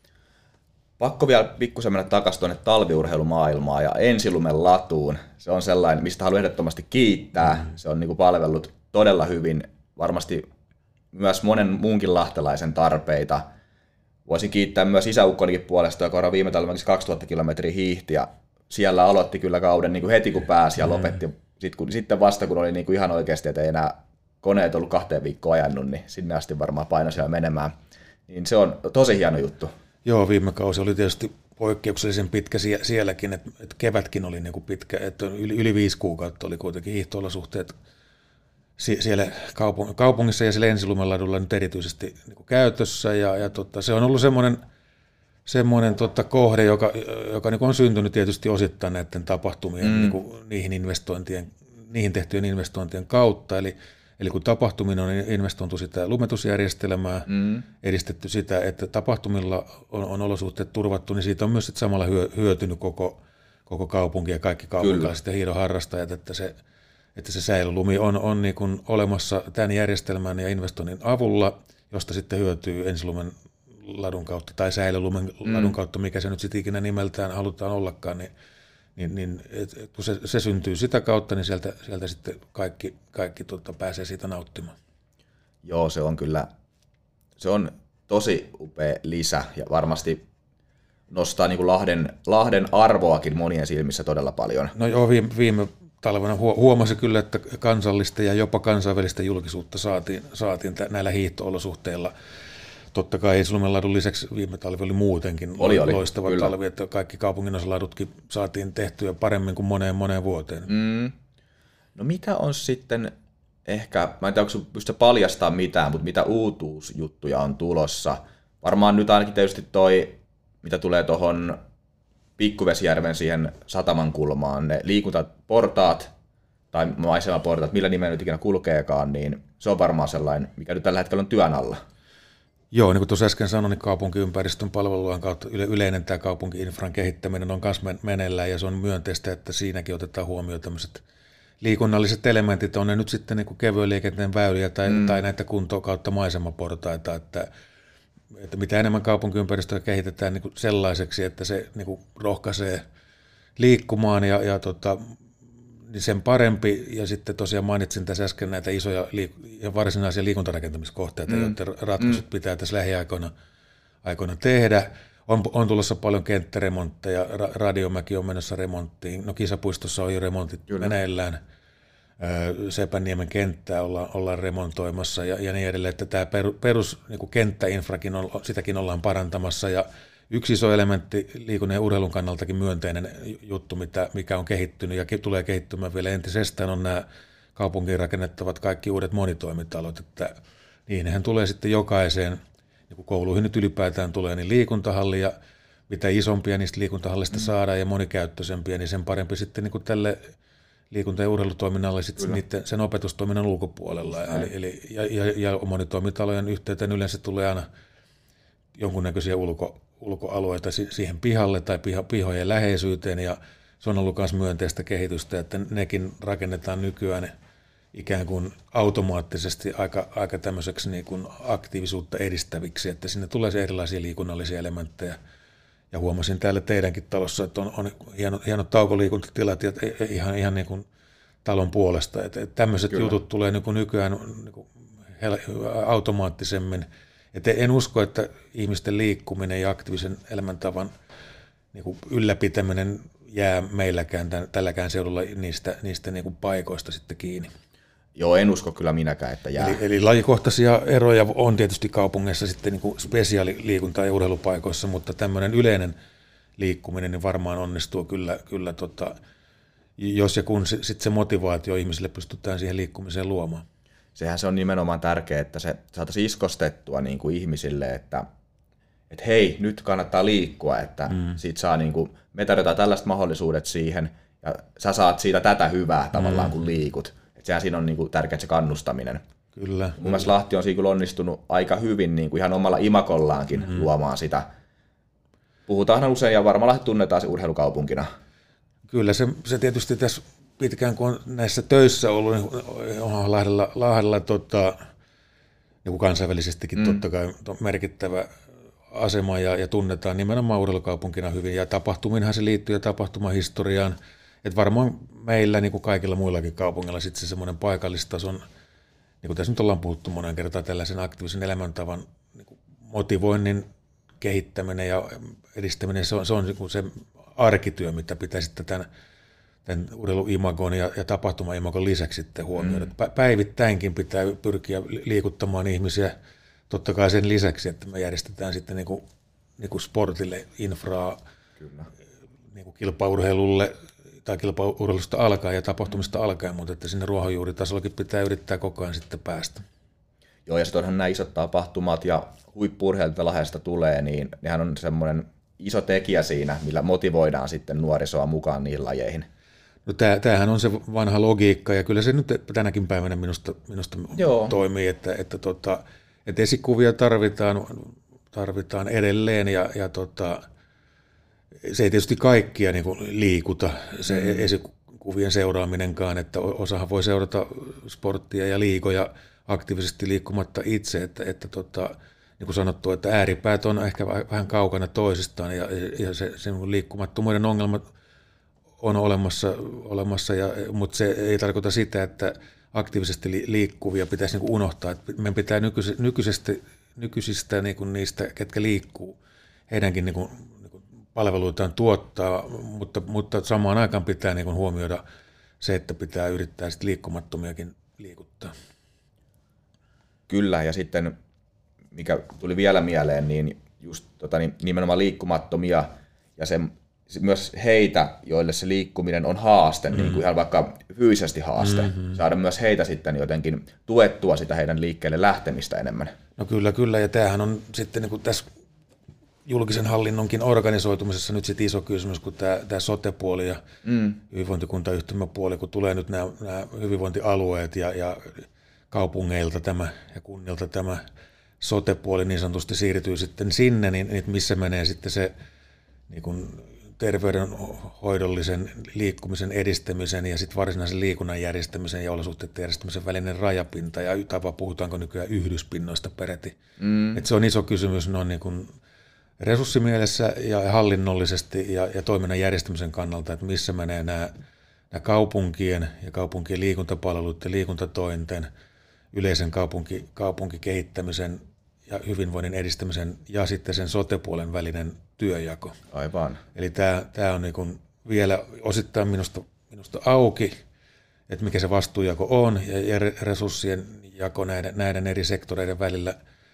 S1: Pakko vielä pikkusen mennä takaisin tuonne talviurheilumaailmaan ja ensilumen latuun. Se on sellainen, mistä haluan ehdottomasti kiittää. Mm. Se on niin kuin palvellut todella hyvin, varmasti myös monen muunkin lahtelaisen tarpeita. Voisin kiittää myös isäukkonikin puolesta, joka on viime talvena kaksituhatta kilometriä hiihti ja siellä aloitti kyllä kauden niin kuin heti kun pääsi ja lopetti. Sitten, kun, sitten vasta kun oli niin kuin ihan oikeasti, että ei enää koneet ollut kahteen viikkoon ajanut, niin sinne asti varmaan paino siellä menemään. Niin se on tosi hieno juttu. Joo,
S2: viime kausi oli tietysti poikkeuksellisen pitkä sielläkin, että kevätkin oli niin kuin pitkä, että yli, yli viisi kuukautta oli kuitenkin hiihto-olosuhteet siellä kaupungissa ja siellä ensilumeladulla nyt erityisesti niin kuin käytössä ja, ja tota, se on ollut semmoinen, semmoinen tota, kohde, joka, joka niin kuin on syntynyt tietysti osittain näiden tapahtumien, mm. niin kuin, niihin, investointien, niihin tehtyjen investointien kautta, eli Eli kun tapahtuminen on investointu sitä lumetusjärjestelmää, mm. edistetty sitä, että tapahtumilla on, on olosuhteet turvattu, niin siitä on myös sit samalla hyö, hyötynyt koko, koko kaupunki ja kaikki kaupunkilaiset ja hiidonharrastajat, että se, että se säilölumi on, on niin kuin olemassa tämän järjestelmän ja investoinnin avulla, josta sitten hyötyy ensilumen ladun kautta tai säilölumen mm. ladun kautta, mikä se nyt sitten ikinä nimeltään halutaan ollakaan, niin Niin, niin et, et kun se, se syntyy sitä kautta, niin sieltä, sieltä sitten kaikki, kaikki tota, pääsee siitä nauttimaan.
S1: Joo, se on kyllä, se on tosi upea lisä ja varmasti nostaa niin kuin Lahden, Lahden arvoakin monien silmissä todella paljon.
S2: No joo, viime, viime talvena huomasi kyllä, että kansallista ja jopa kansainvälistä julkisuutta saatiin, saatiin näillä hiihto-olosuhteilla. Totta kai Ensilumenladun lisäksi viime talvi oli muutenkin
S1: oli, oli,
S2: loistava
S1: kyllä.
S2: talvi, että kaikki kaupunginosaladutkin saatiin tehtyä paremmin kuin moneen moneen vuoteen.
S1: Mm. No mitä on sitten ehkä, mä en tiedä, onko pysty paljastamaan mitään, mutta mitä uutuusjuttuja on tulossa? Varmaan nyt ainakin tietysti toi, mitä tulee tuohon Pikkuvesijärven siihen sataman kulmaan, ne liikuntaportaat tai maisemaportaat, millä nimeä nyt ikinä kulkeekaan, niin se on varmaan sellainen, mikä nyt tällä hetkellä on työn alla.
S2: Joo, niin kuin tuossa äsken sanoin, niin kaupunkiympäristön palvelujen kautta yleinen tämä kaupunki-infran kehittäminen on myös meneillään ja se on myönteistä, että siinäkin otetaan huomioon tämmöiset liikunnalliset elementit, on ne nyt sitten niin kuin kevyen liikenteen väyliä tai, mm. tai näitä kunto- kautta maisemaportaita, että, että mitä enemmän kaupunkiympäristöä kehitetään niin kuin sellaiseksi, että se niin kuin rohkaisee liikkumaan ja, ja tota, niin sen parempi. Ja sitten tosiaan mainitsin tässä äsken näitä isoja liik- ja varsinaisia liikuntarakentamiskohteita, mm. joiden ratkaisut mm. pitää tässä lähiaikoina aikoina tehdä. On, on tulossa paljon kenttäremontteja, Ra- Radiomäki on menossa remonttiin, no Kisapuistossa on jo remontit Kyllä. meneillään, Sepänniemen kenttää ollaan, ollaan remontoimassa ja, ja niin edelleen, että tämä perus, perus niin kuin kenttäinfrakin, on, sitäkin ollaan parantamassa ja yksi iso elementti liikunnan ja urheilun kannaltakin myönteinen juttu, mitä, mikä on kehittynyt ja ke, tulee kehittymään vielä entisestään, on nämä kaupunkiin rakennettavat kaikki uudet monitoimitalot, että niihinhän tulee sitten jokaiseen, niin kuin kouluihin nyt ylipäätään tulee, niin liikuntahalli ja mitä isompia niistä liikuntahallista mm. saadaan ja monikäyttöisempiä, niin sen parempi sitten niin kuin tälle liikunta- ja urheilutoiminnalle sitten niiden, sen opetustoiminnan ulkopuolella. Eli, eli, ja, ja, ja monitoimitalojen yhteyteen yleensä tulee aina jonkunnäköisiä ulko, ulkoalueita siihen pihalle tai piho, pihojen läheisyyteen, ja se on ollut myös myönteistä kehitystä, että nekin rakennetaan nykyään ikään kuin automaattisesti aika, aika tämmöiseksi niin kuin aktiivisuutta edistäviksi, että sinne tulee se erilaisia liikunnallisia elementtejä. Ja huomasin täällä teidänkin talossa, että on, on hienot, hienot taukoliikuntatilat ja ihan, ihan niin kuin talon puolesta. Että, että tämmöiset Kyllä. jutut tulee niin kuin nykyään niin kuin automaattisemmin. Että en usko, että ihmisten liikkuminen ja aktiivisen elämäntavan niin kuin ylläpitäminen jää meilläkään tälläkään seudulla niistä, niistä niin kuin paikoista sitten kiinni.
S1: Joo, en usko kyllä minäkään, että jää.
S2: Eli, eli lajikohtaisia eroja on tietysti kaupungeissa sitten niin kuin spesiaaliliikunta- ja urheilupaikoissa, mutta tämmöinen yleinen liikkuminen niin varmaan onnistuu kyllä, kyllä tota, jos ja kun sitten se motivaatio ihmisille pystytään siihen liikkumiseen luomaan.
S1: Sehän se on nimenomaan tärkeää, että se saataisiin iskostettua niin kuin ihmisille, että, että hei, nyt kannattaa liikkua, että mm. siitä saa, niin kuin, me tarjotaan tällaiset mahdollisuudet siihen, ja sä saat siitä tätä hyvää tavallaan, mm. kun liikut. Sehän siinä on niin kuin tärkeää se kannustaminen.
S2: Kyllä.
S1: Mun mielestä Lahti on siinä kyllä onnistunut aika hyvin niin kuin ihan omalla imakollaankin mm-hmm. luomaan sitä. Puhutaan usein ja varmaan Lahti tunnetaan se urheilukaupunkina.
S2: Kyllä se, se tietysti tässä pitkään kun on näissä töissä ollut, niin on Lahdella, Lahdella tota, niin kuin kansainvälisestikin mm. totta kai merkittävä asema ja, ja tunnetaan nimenomaan urheilukaupunkina hyvin. Ja tapahtuminhan se liittyy ja tapahtumahistoriaan. Että varmaan meillä, niin kuin kaikilla muillakin kaupungilla, sitten se semmoinen paikallistason, niin kuin tässä nyt ollaan puhuttu monen kertaan, tällaisen aktiivisen elämäntavan niin kuin motivoinnin kehittäminen ja edistäminen, se on se, on niin kuin se arkityö, mitä pitää sitten tämän, tämän urheiluimagon ja, ja tapahtuma-imagon lisäksi sitten huomioida. Mm. Päivittäinkin pitää pyrkiä liikuttamaan ihmisiä, totta kai sen lisäksi, että me järjestetään sitten niin kuin, niin kuin sportille infraa, Kyllä. Niin kuin kilpaurheilulle, tai kilpaurheilusta alkaen ja tapahtumista alkaen, mutta että sinne ruohonjuuritasollakin pitää yrittää koko ajan sitten päästä.
S1: Joo, ja sitten onhan nämä isot tapahtumat ja huippu-urheilta Lahdesta tulee, niin nehän on semmoinen iso tekijä siinä, millä motivoidaan sitten nuorisoa mukaan niihin lajeihin.
S2: No tämähän on se vanha logiikka, ja kyllä se nyt tänäkin päivänä minusta, minusta toimii, että, että, tota, että esikuvia tarvitaan, tarvitaan edelleen, ja, ja tota, se ei tietysti kaikkia niin kuin liikuta, se mm. esikuvien seuraaminenkaan, että osahan voi seurata sporttia ja liikoja aktiivisesti liikkumatta itse, että, että tota, niin kuin sanottu, että ääripäät on ehkä vähän kaukana toisistaan ja, ja se, se liikkumattomuuden ongelmat on olemassa, olemassa ja, mutta se ei tarkoita sitä, että aktiivisesti liikkuvia pitäisi niin kuin unohtaa, että meidän pitää nykyisistä, nykyisistä niin kuin niistä, ketkä liikkuu, heidänkin niin kuin palveluitaan tuottaa, mutta, mutta samaan aikaan pitää niin kuin huomioida se, että pitää yrittää sit liikkumattomiakin liikuttaa.
S1: Kyllä, ja sitten mikä tuli vielä mieleen, niin just tota, niin nimenomaan liikkumattomia ja se, myös heitä, joille se liikkuminen on haaste, mm. niin kuin ihan vaikka fyysisesti haaste, mm-hmm. saada myös heitä sitten jotenkin tuettua sitä heidän liikkeelle lähtemistä enemmän.
S2: No kyllä, kyllä, ja tämähän on sitten niin kuin tässä julkisen hallinnonkin organisoitumisessa nyt sitten iso kysymys, kun tämä, tämä sote-puoli ja mm. hyvinvointikuntayhtymäpuoli, kun tulee nyt nämä, nämä hyvinvointialueet ja, ja kaupungeilta tämä ja kunnilta tämä sote-puoli niin sanotusti siirtyy sitten sinne, niin, niin missä menee sitten se niin kuin terveydenhoidollisen liikkumisen edistämisen ja sitten varsinaisen liikunnan järjestämisen ja olosuhteiden järjestämisen välinen rajapinta, ja tai puhutaanko nykyään yhdyspinnoista peräti. Mm. Et se on iso kysymys noin niin kuin resurssimielessä ja hallinnollisesti ja, ja toiminnan järjestämisen kannalta, että missä menee nämä, nämä kaupunkien ja kaupunkien liikuntapalveluiden, liikuntatointen, yleisen kaupunki, kaupunkikehittämisen ja hyvinvoinnin edistämisen ja sitten sen sote-puolen välinen työnjako.
S1: Aivan.
S2: Eli tämä, tämä on niin kuin vielä osittain minusta, minusta auki, että mikä se vastuujako on ja, ja resurssien jako näiden, näiden eri sektoreiden välillä.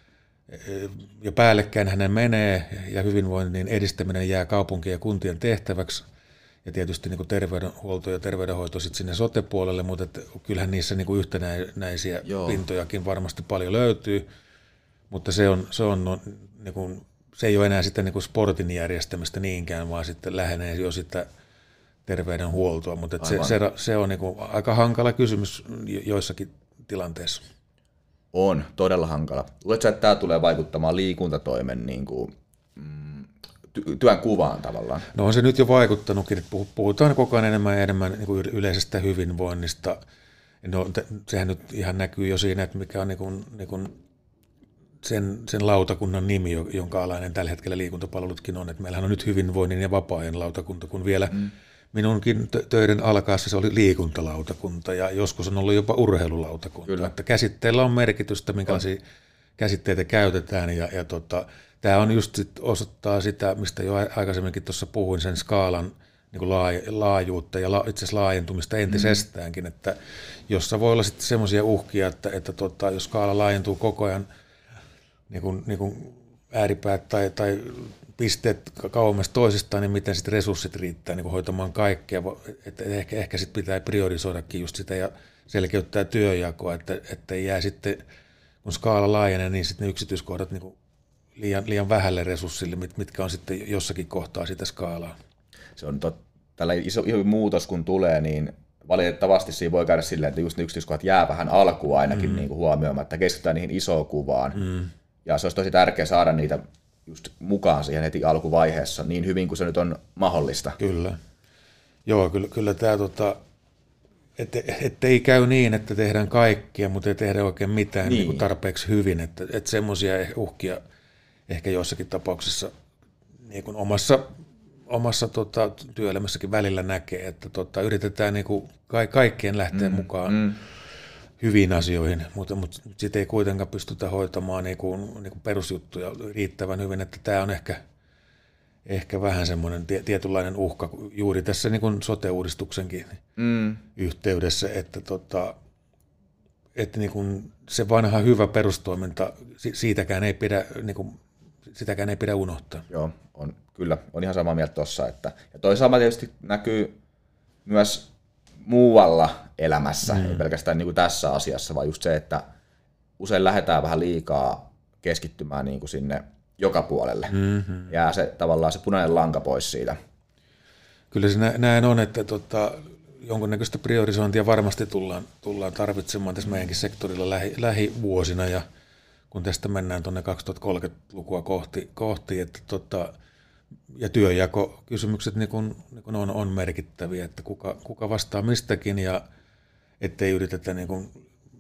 S2: Ja päällekkäin hänen menee ja hyvinvoinnin edistäminen jää kaupunkien ja kuntien tehtäväksi. Ja tietysti niin kuin terveydenhuolto ja terveydenhoito sitten sinne sote-puolelle, mutta että kyllähän niissä niin kuin yhtenäisiä Joo. pintojakin varmasti paljon löytyy. Mutta se, on, se, on, no, niin kuin, se ei ole enää sitten niin kuin sportin järjestämistä niinkään, vaan sitten lähenee jo sitä terveydenhuoltoa. Mutta että se, se, se on niin kuin aika hankala kysymys joissakin tilanteissa.
S1: On, todella hankala. Luuletko, että tämä tulee vaikuttamaan liikuntatoimen niin kuin, mm, ty- työn kuvaan tavallaan?
S2: No on se nyt jo vaikuttanutkin, että puhutaan koko ajan enemmän ja enemmän niin kuin yleisestä hyvinvoinnista. No, sehän nyt ihan näkyy jo siinä, että mikä on niin kuin, niin kuin sen, sen lautakunnan nimi, jonka alainen tällä hetkellä liikuntapalvelutkin on. Että meillähän on nyt hyvinvoinnin ja vapaa-ajan lautakunta, kun vielä mm. minunkin töiden alkaessa se oli liikuntalautakunta ja joskus on ollut jopa urheilulautakunta. Kyllä. Että käsitteellä on merkitystä, minkälaisia on. käsitteitä käytetään ja, ja tota, tämä on just sit osoittaa sitä, mistä jo aikaisemminkin tuossa puhuin, sen skaalan niin kuin laajuutta ja la, itse asiassa laajentumista entisestäänkin, mm. että jossa voi olla sitten semmoisia uhkia, että, että tota, jos skaala laajentuu koko ajan niin kuin, niin kuin ääripäät tai, tai pisteet kauemmas toisistaan, niin miten sitten resurssit riittää niin kuin hoitamaan kaikkea, että ehkä, ehkä sitten pitää priorisoidakin just sitä ja selkeyttää työnjakoa, että, että ei jää sitten, kun skaala laajenee, niin sitten ne yksityiskohdat niin kuin liian, liian vähälle resurssille, mitkä on sitten jossakin kohtaa sitä skaalaa. Se
S1: on tot, tällä iso, iso muutos kun tulee, niin valitettavasti siinä voi käydä silleen, että just ne yksityiskohdat jää vähän alkuun ainakin mm. niin kuin huomioimaan, että keskitytään niihin isoon kuvaan. Mm. Ja se olisi tosi tärkeää saada niitä just mukaan siihen heti alkuvaiheessa niin hyvin kuin se nyt on mahdollista.
S2: Kyllä. Joo, kyllä, kyllä tämä, tota, että et ei käy niin, että tehdään kaikkia, mutta ei tehdä oikein mitään niin. Niin kuin tarpeeksi hyvin, että et semmoisia uhkia ehkä joissakin tapauksissa niin kuin omassa, omassa tota, työelämässäkin välillä näkee, että tota, yritetään niin kuin ka- kaikkien lähteä mm, mukaan mm. hyviin asioihin, mutta, mutta sitten ei kuitenkaan pystytä hoitamaan niin kuin, niin kuin perusjuttuja riittävän hyvin, että tämä on ehkä, ehkä vähän semmoinen tie, tietynlainen uhka juuri tässä niin kuin sote-uudistuksenkin mm. yhteydessä, että, tota, että niin kuin se vanha hyvä perustoiminta, siitäkään ei pidä, niin kuin, sitäkään ei pidä unohtaa.
S1: Joo, on, kyllä, on ihan samaa mieltä tuossa. Että, ja toisaalta tietysti näkyy myös muualla elämässä, mm. ei pelkästään niin kuin tässä asiassa, vaan just se, että usein lähdetään vähän liikaa keskittymään niin kuin sinne joka puolelle. Mm-hmm. Jää se tavallaan se punainen lanka pois siitä.
S2: Kyllä se näin on, että tota, jonkunnäköistä priorisointia varmasti tullaan, tullaan tarvitsemaan tässä meidänkin sektorilla lähi, lähivuosina, ja kun tästä mennään tuonne kaksituhattakolmekymmentälukua kohti, kohti että tota, ja työnjakokysymykset niin kun, niin kun on, on merkittäviä, että kuka, kuka vastaa mistäkin, ja ettei yritetä, niin kun,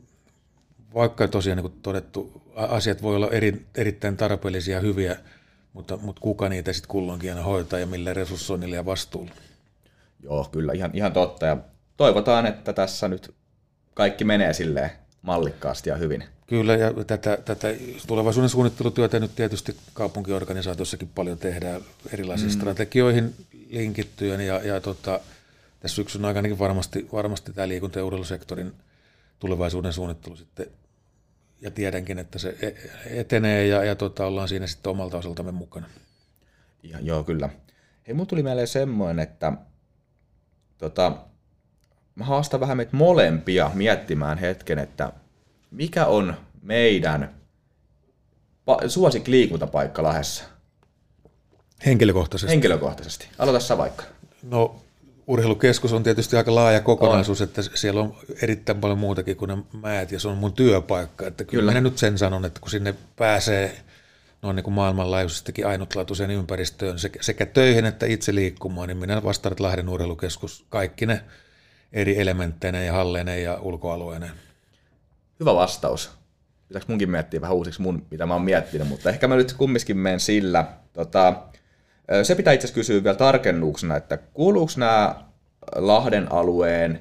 S2: vaikka tosiaan niin kun todettu, asiat voi olla eri, erittäin tarpeellisia ja hyviä, mutta, mutta kuka niitä sitten kulloinkin aina hoitaa ja millä resurssoinnilla ja vastuulla.
S1: Joo, kyllä, ihan, ihan totta, ja toivotaan, että tässä nyt kaikki menee silleen mallikkaasti ja hyvin.
S2: Kyllä, ja tätä, tätä tulevaisuuden suunnittelutyötä nyt tietysti kaupunkiorganisaatiossakin paljon tehdään erilaisiin mm. strategioihin linkittyen, ja, ja tota, tässä syksyn aikanakin varmasti, varmasti tämä liikunta- ja urheilusektorin tulevaisuuden suunnittelu sitten, ja tiedänkin, että se etenee, ja, ja tota, ollaan siinä sitten omalta osaltamme mukana.
S1: Ja, joo, kyllä. Hei, mun tuli mieleen semmoinen, että tota, mä haastan vähän meitä molempia miettimään hetken, että mikä on meidän suosikliikuntapaikka Lahdessa?
S2: Henkilökohtaisesti.
S1: Henkilökohtaisesti. Aloita sä vaikka.
S2: No, urheilukeskus on tietysti aika laaja kokonaisuus, on. Että siellä on erittäin paljon muutakin kuin ne mäet, ja se on mun työpaikka. Että kyllä, kyllä. Minä nyt sen sanon, että kun sinne pääsee noin niin kuin maailmanlaajuisestikin ainutlaatuiseen ympäristöön sekä, sekä töihin että itse liikkumaan, niin minä vastaan, että Lahden urheilukeskus kaikki ne eri elementteineen ja halleineen ja ulkoalueineen.
S1: Hyvä vastaus. Pitääkö munkin miettiä vähän uusiksi mun, mitä mä oon miettinyt, mutta ehkä mä nyt kumminkin menen sillä. Tota, se pitää itse asiassa kysyä vielä tarkennuksena, että kuuluuko nämä Lahden alueen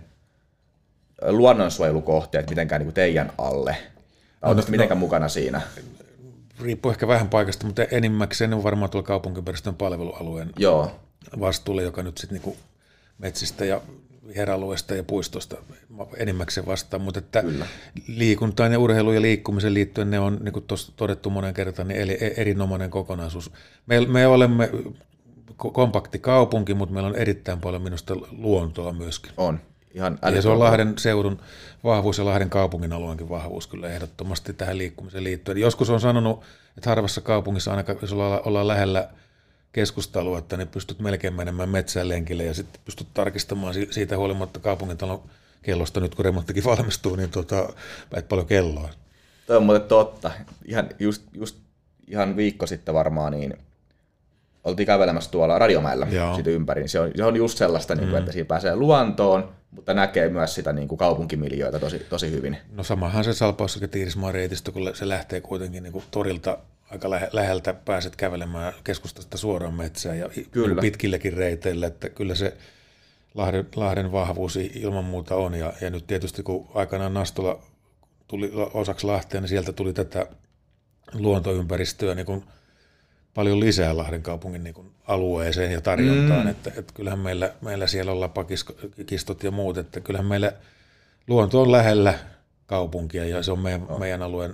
S1: luonnonsuojelukohteet mitenkään niin kuin teidän alle? Oletko no, mitenkään no, mukana siinä?
S2: Riippuu ehkä vähän paikasta, mutta enimmäkseen on varmaan tuolla kaupunkiympäristön palvelualueen
S1: Joo.
S2: vastuulle, joka nyt sitten niin metsistä ja viheralueesta ja puistosta enimmäkseen vastaan, mutta että Kyllä. liikuntaan ja urheiluun ja liikkumisen liittyen ne on, niin kuin tuossa todettu monen kertaan, niin eli erinomainen kokonaisuus. Me, me olemme kompakti kaupunki, mutta meillä on erittäin paljon minusta luontoa myöskin.
S1: On. Ihan
S2: ja se on Lahden seudun vahvuus ja Lahden kaupungin alueenkin vahvuus kyllä ehdottomasti tähän liikkumiseen liittyen. Joskus on sanonut, että harvassa kaupungissa ainakaan, jos ollaan, ollaan lähellä keskustelua, että ne pystyt melkein menemään metsään lenkille ja sitten pystyt tarkistamaan siitä huolimatta kaupungintalon kellosta nyt kun remonttikin valmistuu, niin tota, et paljon kelloa.
S1: Toi on muuten totta. Ihan, just, just ihan viikko sitten varmaan niin oltiin kävelemässä tuolla Radiomäellä sitten ympäri. Se on, se on just sellaista, mm. niin kuin, että siinä pääsee luontoon, mutta näkee myös sitä niin kuin kaupunkimiljöitä tosi, tosi hyvin.
S2: No samahan se Salpaussakin Tiirismaan reitistä, kun se lähtee kuitenkin niin kuin torilta aika läheltä pääset kävelemään keskustasta suoraan metsään ja kyllä. pitkillekin reiteille, että kyllä se Lahden, Lahden vahvuus ilman muuta on. Ja, ja nyt tietysti kun aikanaan Nastola tuli osaksi Lahtea, niin sieltä tuli tätä luontoympäristöä niin kuin paljon lisää Lahden kaupungin niin kuin alueeseen ja tarjontaan. Mm. Että, että kyllähän meillä, meillä siellä on lapakistot ja muut, että kyllähän meillä luonto on lähellä kaupunkia ja se on meidän, oh. meidän alueen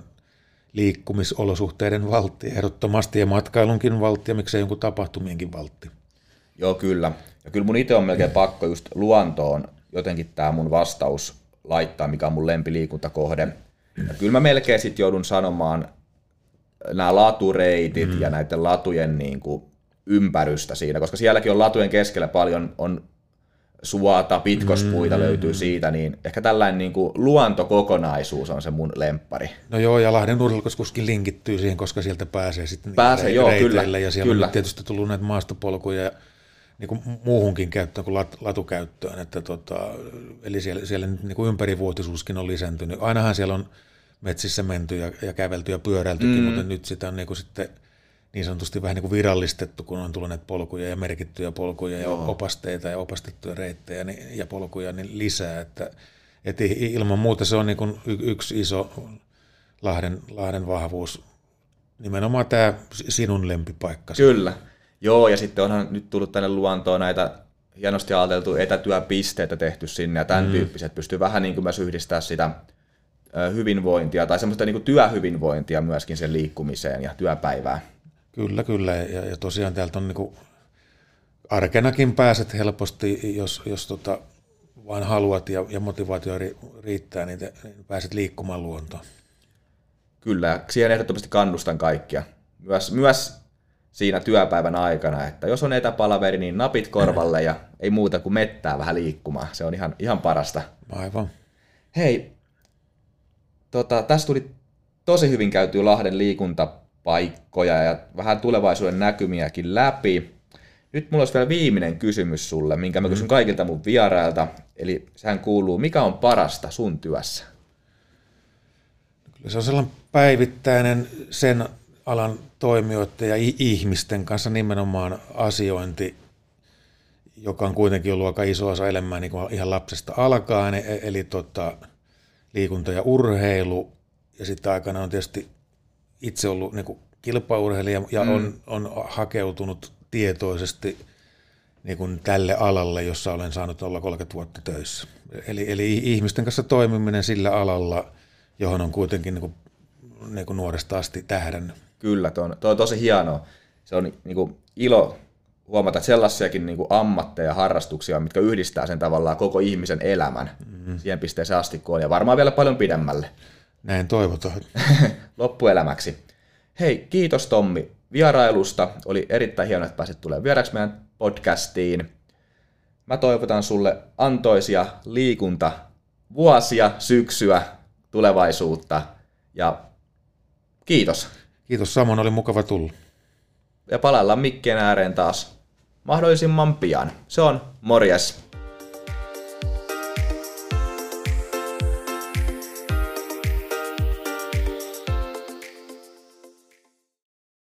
S2: liikkumisolosuhteiden valtti ehdottomasti ja matkailunkin valtti ja miksei jonkun tapahtumienkin valtti.
S1: Joo, kyllä. Ja kyllä mun itse on melkein pakko just luontoon jotenkin tämä mun vastaus laittaa, mikä on mun lempiliikuntakohde. Ja kyllä mä melkein sitten joudun sanomaan nämä latureitit mm. ja näiden latujen niin kuin ympärystä siinä, koska sielläkin on latujen keskellä paljon on suota, pitkospuita mm. löytyy siitä, niin ehkä tällainen niin kuin luontokokonaisuus on se mun lemppari.
S2: No joo, ja Lahden urheilukeskuskin linkittyy siihen, koska sieltä pääsee sitten
S1: pääsee, joo,
S2: reiteille,
S1: kyllä,
S2: ja siellä
S1: kyllä.
S2: on tietysti tullut näitä maastopolkuja niin kuin muuhunkin käyttöön kuin lat, latukäyttöön, että tota, eli siellä, siellä nyt niin kuin ympärivuotisuuskin on lisääntynyt. Ainahan siellä on metsissä menty ja, ja kävelty ja pyöräiltykin, mm. mutta nyt sitä on niin kuin sitten niin sanotusti vähän niin kuin virallistettu, kun on tullut näitä polkuja ja merkittyjä polkuja Joo. ja opasteita ja opastettuja reittejä niin, ja polkuja niin lisää. Että, että ilman muuta se on niin kuin yksi iso Lahden, Lahden vahvuus, nimenomaan tämä sinun lempipaikka.
S1: Kyllä. Joo, ja sitten onhan nyt tullut tänne luontoon näitä hienosti ajateltu etätyöpisteitä tehty sinne, ja tämän mm. tyyppiset pystyy vähän niin kuin myös yhdistämään sitä hyvinvointia tai semmoista niin kuin työhyvinvointia myöskin sen liikkumiseen ja työpäivään.
S2: Kyllä, kyllä. Ja, ja tosiaan täältä on niin kuin arkenakin pääset helposti, jos, jos tota vain haluat ja, ja motivaatio riittää, niin, te, niin pääset liikkumaan luontoon.
S1: Kyllä, siihen ehdottomasti kannustan kaikkia. Myös, myös siinä työpäivän aikana, että jos on etäpalaveri, niin napit korvalle ja ei muuta kuin mettää vähän liikkumaan. Se on ihan, ihan parasta.
S2: Aivan.
S1: Hei, tota, tässä tuli tosi hyvin käytyä Lahden liikuntapaikkoja ja vähän tulevaisuuden näkymiäkin läpi. Nyt mulla olisi vielä viimeinen kysymys sulle, minkä mä kysyn mm. kaikilta mun vierailta. Eli sehän kuuluu, mikä on parasta sun työssä?
S2: Kyllä se on sellainen päivittäinen sen alan toimijoiden ja ihmisten kanssa nimenomaan asiointi, joka on kuitenkin ollut aika iso osa elämää niin kuin ihan lapsesta alkaen, eli tota, liikunta ja urheilu. Ja sitten aikana on tietysti itse ollut niin kuin kilpaurheilija ja mm. on, on hakeutunut tietoisesti niin kuin tälle alalle, jossa olen saanut olla kolmekymmentä vuotta töissä. Eli, eli ihmisten kanssa toimiminen sillä alalla, johon on kuitenkin niin kuin, niin kuin nuoresta asti tähdännyt.
S1: Kyllä, tuo on, tuo on tosi hienoa. Se on niin kuin ilo huomata, että sellaisiakin niin kuin ammatteja ja harrastuksia, mitkä yhdistää sen tavallaan koko ihmisen elämän mm-hmm. siihen pisteeseen asti, kun on, ja varmaan vielä paljon pidemmälle.
S2: Näin toivotaan.
S1: Loppuelämäksi. Hei, kiitos Tommi vierailusta. Oli erittäin hienoa, että pääsit tulemaan vieraksi meidän podcastiin. Mä toivotan sulle antoisia liikuntavuosia, syksyä, tulevaisuutta ja kiitos.
S2: Kiitos, samoin oli mukava tulla.
S1: Ja palaillaan mikkien ääreen taas mahdollisimman pian. Se on morjes.